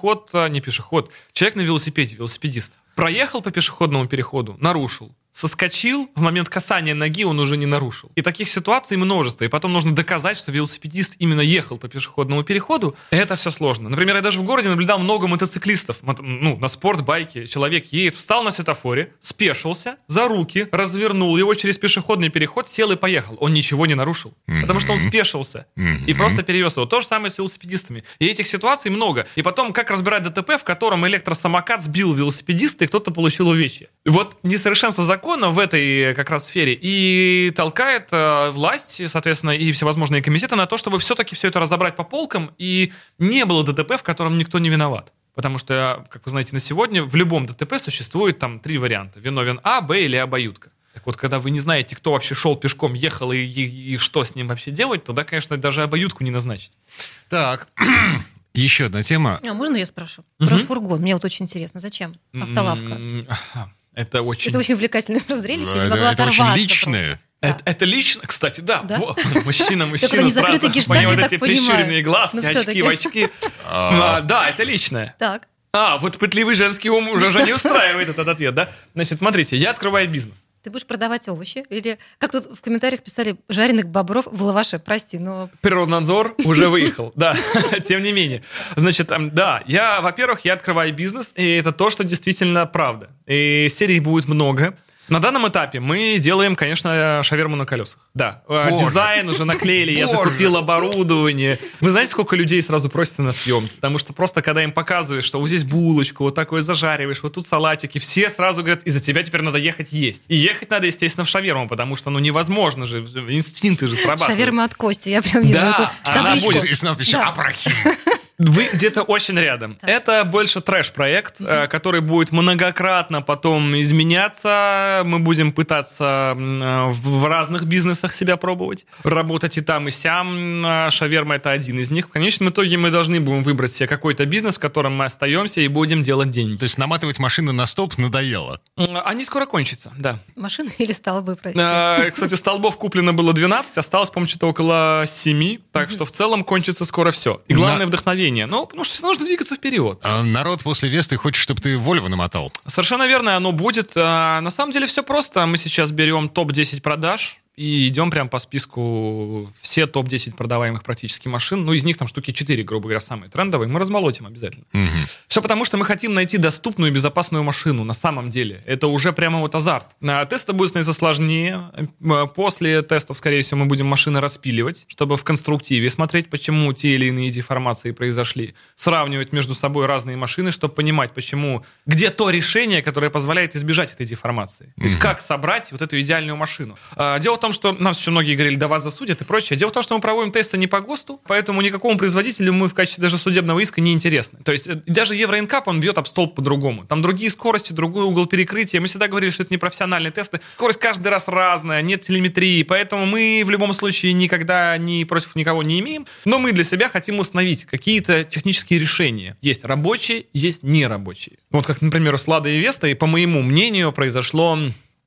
человек на велосипеде, велосипедист, проехал по пешеходному переходу, нарушил. Соскочил, в момент касания ноги он уже не нарушил. И таких ситуаций множество. И потом нужно доказать, что велосипедист именно ехал по пешеходному переходу. Это все сложно. Например, я даже в городе наблюдал много мотоциклистов. На спортбайке человек едет, встал на светофоре, спешился, за руки, развернул его через пешеходный переход, сел и поехал. Он ничего не нарушил. Потому что он спешился. И просто перевез его. То же самое с велосипедистами. И этих ситуаций много. И потом, как разбирать ДТП, в котором электросамокат сбил велосипедиста, и кто-то получил увечья. Вот несовершенство закона в этой как раз сфере и толкает власть, соответственно, и всевозможные комитеты на то, чтобы все-таки все это разобрать по полкам, и не было ДТП, в котором никто не виноват. Потому что, как вы знаете, на сегодня в любом ДТП существует там 3 варианта. Виновен А, Б или обоюдка. Так вот, когда вы не знаете, кто вообще шел пешком, ехал и что с ним вообще делать, тогда, конечно, даже обоюдку не назначить. Так... Еще одна тема. Можно я спрошу? Про фургон. Мне вот очень интересно. Зачем автолавка? Это очень увлекательное зрелище. Это очень личное. Это лично, кстати, да. Мужчина Только не закрытый гештальт, я так понимаю. Вот эти прищуренные глазки, очки. Да, это личное. Так. Вот пытливый женский ум уже не устраивает этот ответ, да? Значит, смотрите, я открываю бизнес. Ты будешь продавать овощи? Или, как тут в комментариях писали, жареных бобров в лаваше, прости, но... Природнадзор уже выехал, да, тем не менее. Значит, да, во-первых, я открываю бизнес, и это то, что действительно правда. И серий будет много. На данном этапе мы делаем, конечно, шаверму на колесах. Да, дизайн уже наклеили, я закупил оборудование. Вы знаете, сколько людей сразу просятся на съемки? Потому что просто, когда им показываешь, что вот здесь булочку, вот такое зажариваешь, вот тут салатики, все сразу говорят, из-за тебя теперь надо ехать есть. И ехать надо, естественно, в шаверму, потому что, невозможно же, инстинкты же срабатывают. Шаверма от Кости, я прям вижу эту табличку. Она будет с надписью «Абрахим». Вы где-то очень рядом. Так. Это больше трэш-проект, который будет многократно потом изменяться. Мы будем пытаться в разных бизнесах себя пробовать. Работать и там, и сям. Шаверма — это один из них. В конечном итоге мы должны будем выбрать себе какой-то бизнес, в котором мы остаемся и будем делать деньги. То есть наматывать машины на столб надоело? Они скоро кончатся, да. Машины или столбы, простите? Кстати, столбов куплено было 12, осталось, по-моему, что-то около 7. Так что в целом кончится скоро все. И главное — вдохновение. Потому что нужно двигаться вперед. Народ после Весты хочет, чтобы ты Вольво намотал. Совершенно верно, оно будет. На самом деле все просто. Мы сейчас берем топ-10 продаж и идем прям по списку все топ-10 продаваемых практически машин. Из них там штуки 4, грубо говоря, самые трендовые. Мы размолотим обязательно. Все потому, что мы хотим найти доступную и безопасную машину на самом деле. Это уже прямо вот азарт. Тесты будут становиться сложнее. После тестов, скорее всего, мы будем машины распиливать, чтобы в конструктиве смотреть, почему те или иные деформации произошли. Сравнивать между собой разные машины, чтобы понимать, где то решение, которое позволяет избежать этой деформации. То есть как собрать вот эту идеальную машину. Дело в том, что нам еще многие говорили, да вас засудят и прочее. Дело в том, что мы проводим тесты не по ГОСТу, поэтому никакому производителю мы в качестве даже судебного иска не интересны. То есть даже Евро-НКАП, он бьет об столб по-другому. Там другие скорости, другой угол перекрытия. Мы всегда говорили, что это не профессиональные тесты. Скорость каждый раз разная, нет телеметрии, поэтому мы в любом случае никогда ни против никого не имеем. Но мы для себя хотим установить какие-то технические решения. Есть рабочие, есть нерабочие. Вот как, например, с Ладой и Вестой, по моему мнению, произошло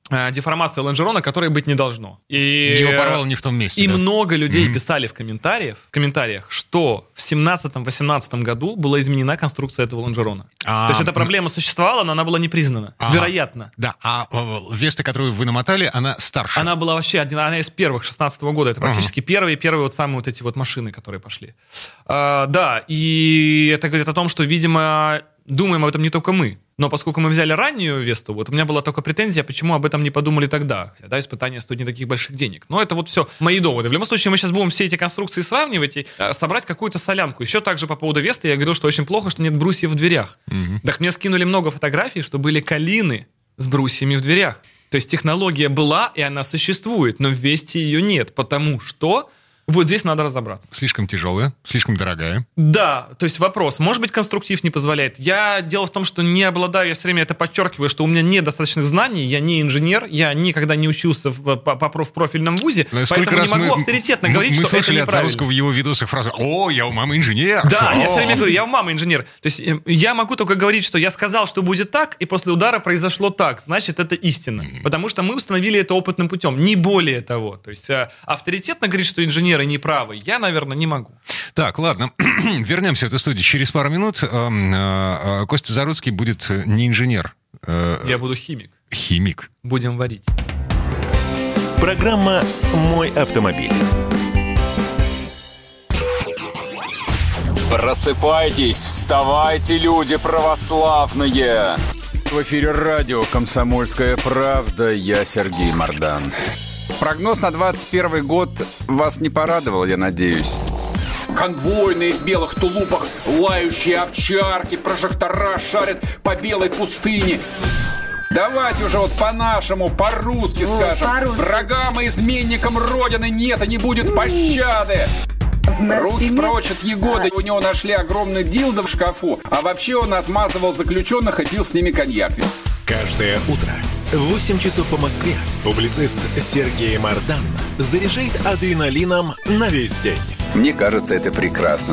деформация лонжерона, которой быть не должно. И его порвало не в том месте. И много людей писали в комментариях, что в 17-18 году была изменена конструкция этого лонжерона. То есть эта проблема существовала, но она была не признана. Вероятно. Да, а Веста, которую вы намотали, она старше. Она была вообще одна из первых 16-го года. Это практически первые вот самые вот эти вот машины, которые пошли. Да, и это говорит о том, что, видимо, думаем об этом не только мы. Но поскольку мы взяли раннюю Весту, вот у меня была только претензия, почему об этом не подумали тогда. Да, испытания стоят не таких больших денег. Но это вот все мои доводы. В любом случае, мы сейчас будем все эти конструкции сравнивать и собрать какую-то солянку. Еще также по поводу Весты я говорил, что очень плохо, что нет брусьев в дверях. Так мне скинули много фотографий, что были калины с брусьями в дверях. То есть технология была, и она существует, но в Весте ее нет, потому что вот здесь надо разобраться. Слишком тяжелая, слишком дорогая. Да, то есть вопрос. Может быть, конструктив не позволяет. Дело в том, что не обладаю, я все время это подчеркиваю, что у меня нет достаточных знаний, я не инженер, я никогда не учился в профильном вузе, поэтому не могу авторитетно говорить, что это неправильно. Мы слышали от Зарусского в его видосах фразу «О, я у мамы инженер». Да, я все время говорю, я у мамы инженер. То есть я могу только говорить, что я сказал, что будет так, и после удара произошло так, значит, это истина. Потому что мы установили это опытным путем, не более того. То есть авторитетно говорить, что инженер неправы, я, наверное, не могу. Так, ладно. Вернемся в эту студию через пару минут. Костя Заруцкий будет не инженер. Я буду химик. Химик. Будем варить. Программа «Мой автомобиль». Просыпайтесь, вставайте, люди православные! В эфире радио «Комсомольская правда». Я Сергей Мордан. Прогноз на 21 год вас не порадовал, я надеюсь. Конвойные в белых тулупах, лающие овчарки, прожектора шарят по белой пустыне. Давайте уже вот по-нашему, по-русски скажем. По-русски. Врагам и изменникам Родины нет и не будет пощады. Руки прочь от Егоды. У него нашли огромный дилдо в шкафу. А вообще он отмазывал заключенных и пил с ними коньяк. Каждое утро в 8 часов по Москве публицист Сергей Мордан заряжает адреналином на весь день. Мне кажется, это прекрасно.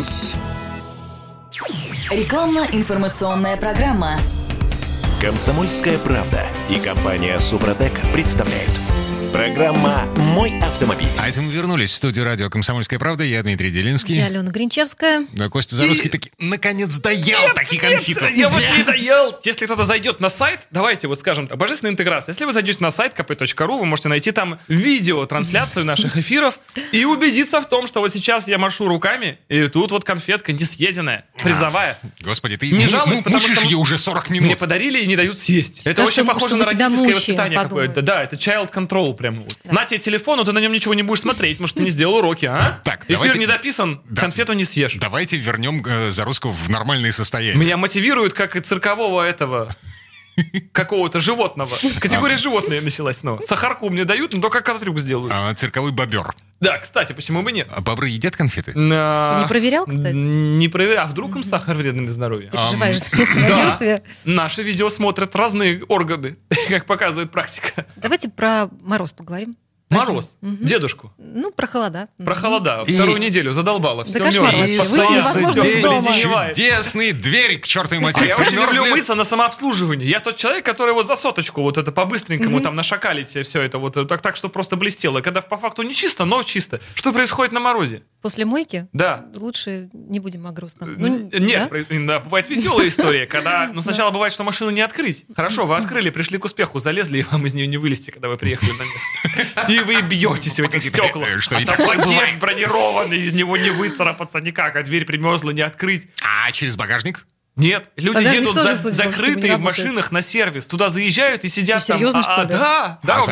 Рекламно-информационная программа. «Комсомольская правда» и компания «Супротек» представляют. Программа «Мой автомобиль». А это мы вернулись в студию радио «Комсомольская правда». Я Дмитрий Делинский. Я Алена Гринчевская. Да, Костя Заруцкий таки наконец доел такие конфеты. Я вот не доел. Если кто-то зайдет на сайт, давайте вот скажем так, божественная интеграция. Если вы зайдете на сайт kp.ru, вы можете найти там видео, трансляцию наших эфиров и убедиться в том, что вот сейчас я машу руками, и тут вот конфетка несъеденная, призовая. Господи, ты не жалуюсь, потому мучишь что ее уже 40 минут. Мне подарили и не дают съесть. Это очень похоже на родительское воспитание какое-то. Да, это child control прям вот. Да. На тебе телефон, ты на нем ничего не будешь смотреть, потому что ты не сделал уроки, а? Так, эфир давайте, не дописан, конфету не съешь. Давайте вернем Зарусского в нормальное состояние. Меня мотивирует, как и циркового этого какого-то животного. Категория животные началась снова. Сахарку мне дают, но только как трюк сделают. Цирковой бобер. Да, кстати, почему бы нет? А бобры едят конфеты? Ты не проверял, кстати? Не проверял. А вдруг им сахар вредный для здоровья? Ты переживаешь за самочувствие? Наши видео смотрят разные органы, как показывает практика. Давайте про мороз поговорим. Мороз? Дедушку? Ну, про холода. Про холода. Вторую неделю задолбала. Да кошмар вообще. Выйти невозможно из дома. Чудесные двери, к чертовой матери. А я очень люблю мыться на самообслуживании. Я тот человек, который вот за соточку вот это по-быстренькому там нашакалите все это вот так, что просто блестело. Когда по факту не чисто, но чисто. Что происходит на морозе? После мойки? Да. Лучше не будем о грустном. Нет, да, бывает веселая история, когда... Ну, сначала бывает, что машину не открыть. Хорошо, вы открыли, пришли к успеху, залезли, и вам из нее не вылезти, когда вы приехали на место. И вы бьетесь в эти стекла. А такой пакет бронированный, из него не выцарапаться никак, а дверь примерзла, не открыть. А через багажник? Нет, люди едут закрытые в машинах на сервис. Туда заезжают и сидят там. Серьезно, что ли? Да, у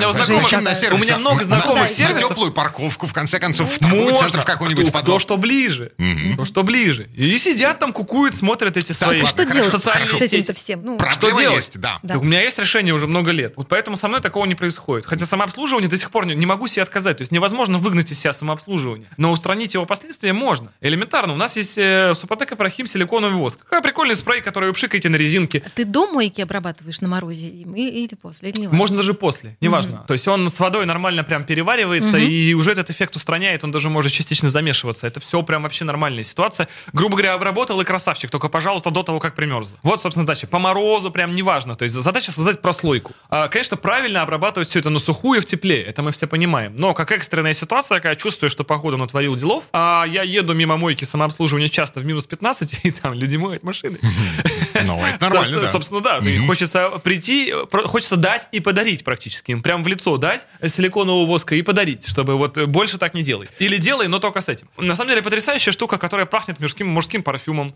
меня много знакомых сервисов. На теплую парковку, в конце концов, в торговый центр в какой-нибудь подвал. То, что ближе. То, что ближе. И сидят там, кукуют, смотрят эти свои что делать социальные с этим-то всем? Что делать? Да. У меня есть решение уже много лет. Вот поэтому со мной такого не происходит. Хотя самообслуживание до сих пор не могу себе отказать. То есть невозможно выгнать из себя самообслуживание. Но устранить его последствия можно. Элементарно. У нас есть Супротек Апрахим силиконовый воск. Какая прикольная Прикольный спрей, который вы пшикаете на резинке. Ты до мойки обрабатываешь на морозе или после? Или не важно? Можно даже после, неважно. То есть он с водой нормально прям переваривается, и уже этот эффект устраняет, он даже может частично замешиваться. Это все прям вообще нормальная ситуация. Грубо говоря, обработал и красавчик, только, пожалуйста, до того, как примерзло. Вот, собственно, задача. По морозу прям неважно. То есть задача создать прослойку. Конечно, правильно обрабатывать все это на сухую в тепле, это мы все понимаем. Но как экстренная ситуация, когда я чувствую, что погода натворил делов, а я еду мимо мойки самообслуживания часто в минус 15, и там люди моют машины. Ну, это нормально, да. Собственно, да. Хочется прийти, хочется дать и подарить практически. Им прям в лицо дать силиконового воска и подарить, чтобы вот больше так не делай. Или делай, но только с этим. На самом деле, потрясающая штука, которая пахнет мужским парфюмом.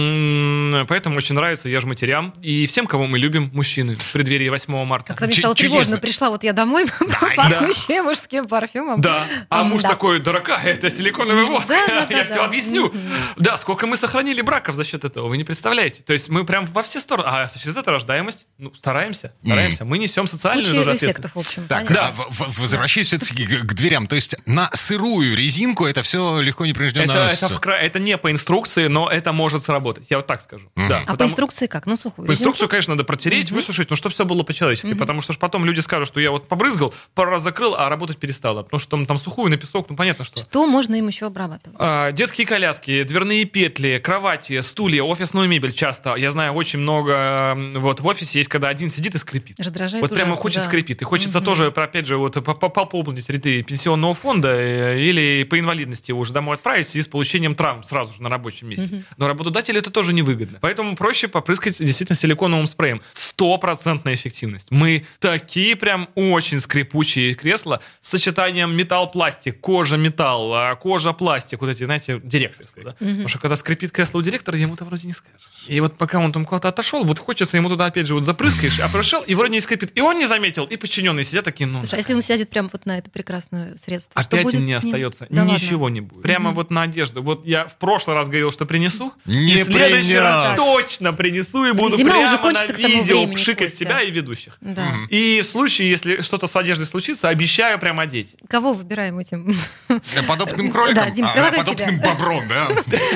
Поэтому очень нравится я же матерям. И всем, кого мы любим, мужчины, в преддверии 8 марта. Как-то мне стало тревожно. Пришла вот я домой, пахнущая мужским парфюмом. Да. А муж такой: дорогая, это силиконовый воск. Я все объясню. Да, сколько мы сохранили браков за счет этого, вы не представляете. То есть мы прям во все стороны. А через это рождаемость, стараемся. Мы несем социальную тоже ответственность. Так, возвращаясь все-таки к дверям. То есть на сырую резинку это все легко непринужденно наносится. Это не по инструкции, но это может сработать. Я вот так скажу. Да, по инструкции как? На сухую? По инструкции, конечно, надо протереть, высушить, но чтобы все было по-человечески. Потому что потом люди скажут, что я вот побрызгал, пару раз закрыл, а работать перестало. Потому что там сухую на песок, понятно, что. Что можно им еще обрабатывать? Детские коляски, дверные петли, кровати, стулья, офисную мебель часто. Я знаю, очень много вот в офисе есть, когда один сидит и скрипит. Раздражает вот прямо ужасно, хочет скрипит. И хочется тоже, опять же, вот пополнить ряды пенсионного фонда или по инвалидности его уже домой отправить и с получением травм сразу же на рабочем месте. Но работодателю это тоже невыгодно. Поэтому проще попрыскать действительно силиконовым спреем. 100% эффективность. Мы такие прям очень скрипучие кресла с сочетанием металл-пластик, кожа-металл, кожа-пластик. Вот эти, знаете, директорские. Да? Потому что когда скрипит кресло у директора, ему-то вроде не скажешь. И вот пока он там куда-то отошел, вот хочется ему туда опять же вот запрыскаешь, а прошел, и вроде не скрипит. И он не заметил, и подчиненные сидят такие, Слушай, а если он сядет прямо вот на это прекрасное средство, опять не остается, да ничего не будет. Прямо вот на одежду. Вот я в прошлый раз говорил, что принесу, и в следующий раз точно принесу и буду Зима прямо уже кончится на к тому видео времени, пшикать Костя. себя и ведущих. Да. И в случае, если что-то с одеждой случится, обещаю прям одеть. Кого выбираем этим? Подопытным кроликом? Да, Дим, прилагай подопытным тебя. бобром, да?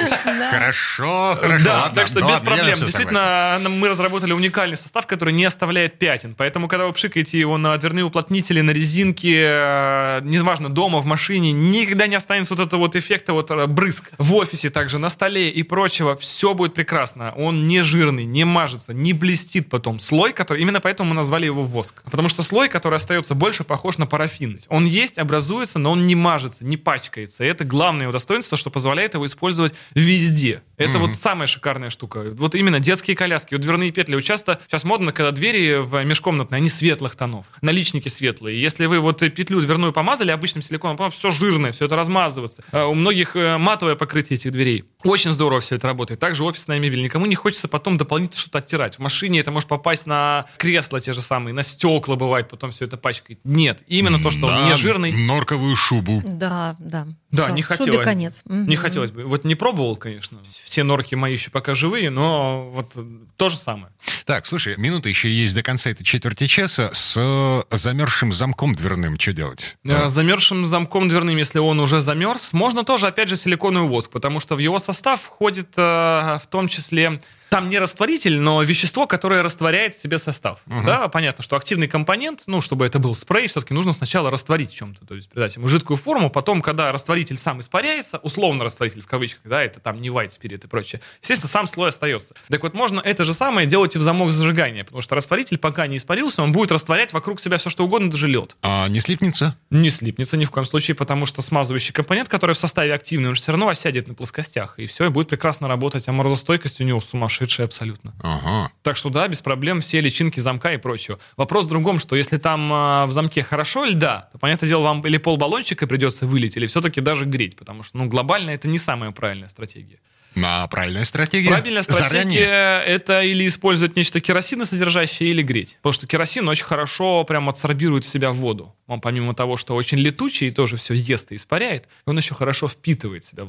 Хорошо. Да, так что без проблем. Действительно, мы разработали уникальный состав, который не оставляет пятен. Поэтому, когда вы пшикаете его на дверные уплотнители, на резинки, неважно, дома, в машине, никогда не останется вот этого вот эффекта вот брызг. В офисе также, на столе и прочего. Все будет прекрасно. Он не жирный, не мажется, не блестит потом. Слой, который... Именно поэтому мы назвали его воск. Потому что слой, который остается больше, похож на парафин. Он есть, образуется, но он не мажется, не пачкается. И это главное его достоинство, что позволяет его использовать везде. Это вот самая шикарная штука. Вот именно детские коляски, вот дверные петли. Вот часто сейчас модно, когда двери в межкомнатные, они светлых тонов. Наличники светлые. Если вы вот петлю дверную помазали обычным силиконом, потом все жирное, все это размазывается. У многих матовое покрытие этих дверей. Очень здорово все это работает. Также офисная мебель. Никому не хочется потом дополнительно что-то оттирать. В машине это может попасть на кресла те же самые, на стекла бывает, потом все это пачкает. Нет, именно то, что он не жирный. Норковую шубу. Да. Да, Всё, не хотелось. шубе конец. Не хотелось бы. Вот не пробовал, конечно. Все норки мои еще пока живые, но вот то же самое. Так, слушай, минута еще есть до конца этой четверти часа. С замерзшим замком дверным что делать? С замерзшим замком дверным, если он уже замерз, можно тоже, опять же, силиконовый воск, потому что в его состав входит в том числе... Там не растворитель, но вещество, которое растворяет в себе состав. Да, понятно, что активный компонент, чтобы это был спрей, все-таки нужно сначала растворить в чем-то, то есть придать ему жидкую форму, потом, когда растворитель сам испаряется, условно растворитель в кавычках, да, это там не white spirit и прочее, естественно, сам слой остается. Так вот, можно это же самое делать и в замок зажигания, потому что растворитель пока не испарился, он будет растворять вокруг себя все, что угодно, даже лед. А не слипнется? Не слипнется ни в коем случае, потому что смазывающий компонент, который в составе активный, он же все равно осядет на плоскостях, и все, и будет прекрасно работать, а морозостойкость у него сумасшедшая абсолютно. Так что да, без проблем все личинки замка и прочего. Вопрос в другом, что если там в замке хорошо льда, то, понятное дело, вам или полбаллончика придется вылить, или все-таки даже греть, потому что, глобально это не самая правильная стратегия. Правильная стратегия? Правильная стратегия — это или использовать нечто керосиносодержащее, или греть. Потому что керосин очень хорошо прям адсорбирует в себя воду. Он помимо того, что очень летучий и тоже все ест и испаряет, он еще хорошо впитывает в себя влагу.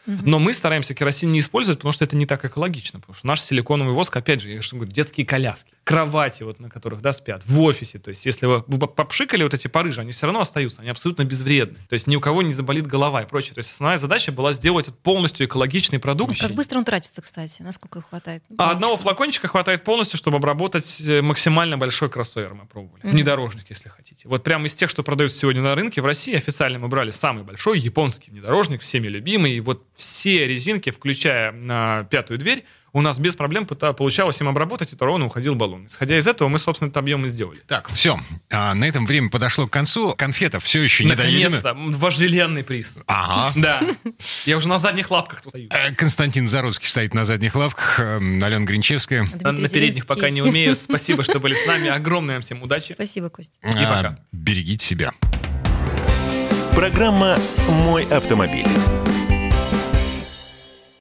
Но мы стараемся керосин не использовать, потому что это не так экологично. Потому что наш силиконовый воск, опять же, я что говорю, детские коляски, кровати, вот, на которых спят, в офисе. То есть если вы попшикали вот эти порыжи, они все равно остаются, они абсолютно безвредны. То есть ни у кого не заболит голова и прочее. То есть основная задача была сделать полностью экологичный продукт. Как быстро он тратится, кстати? Насколько его хватает? Одного флакончика хватает полностью, чтобы обработать максимально большой кроссовер. Мы пробовали. Внедорожник, если хотите. Вот прямо из тех, что продаются сегодня на рынке в России, официально мы брали самый большой японский внедорожник, всеми любимый. И вот все резинки, включая пятую дверь, у нас без проблем получалось им обработать, и то ровно уходил баллон. Исходя из этого, мы, собственно, этот объем и сделали. Так, все. На этом время подошло к концу. Конфета все еще не доедена. Наконец-то. Вожделенный приз. Ага. Да. Я уже на задних лапках стою. Константин Заруцкий стоит на задних лапках. Алена Гринчевская. На передних пока не умею. Спасибо, что были с нами. Огромной вам всем удачи. Спасибо, Костя. И пока. Берегите себя. Программа «Мой автомобиль».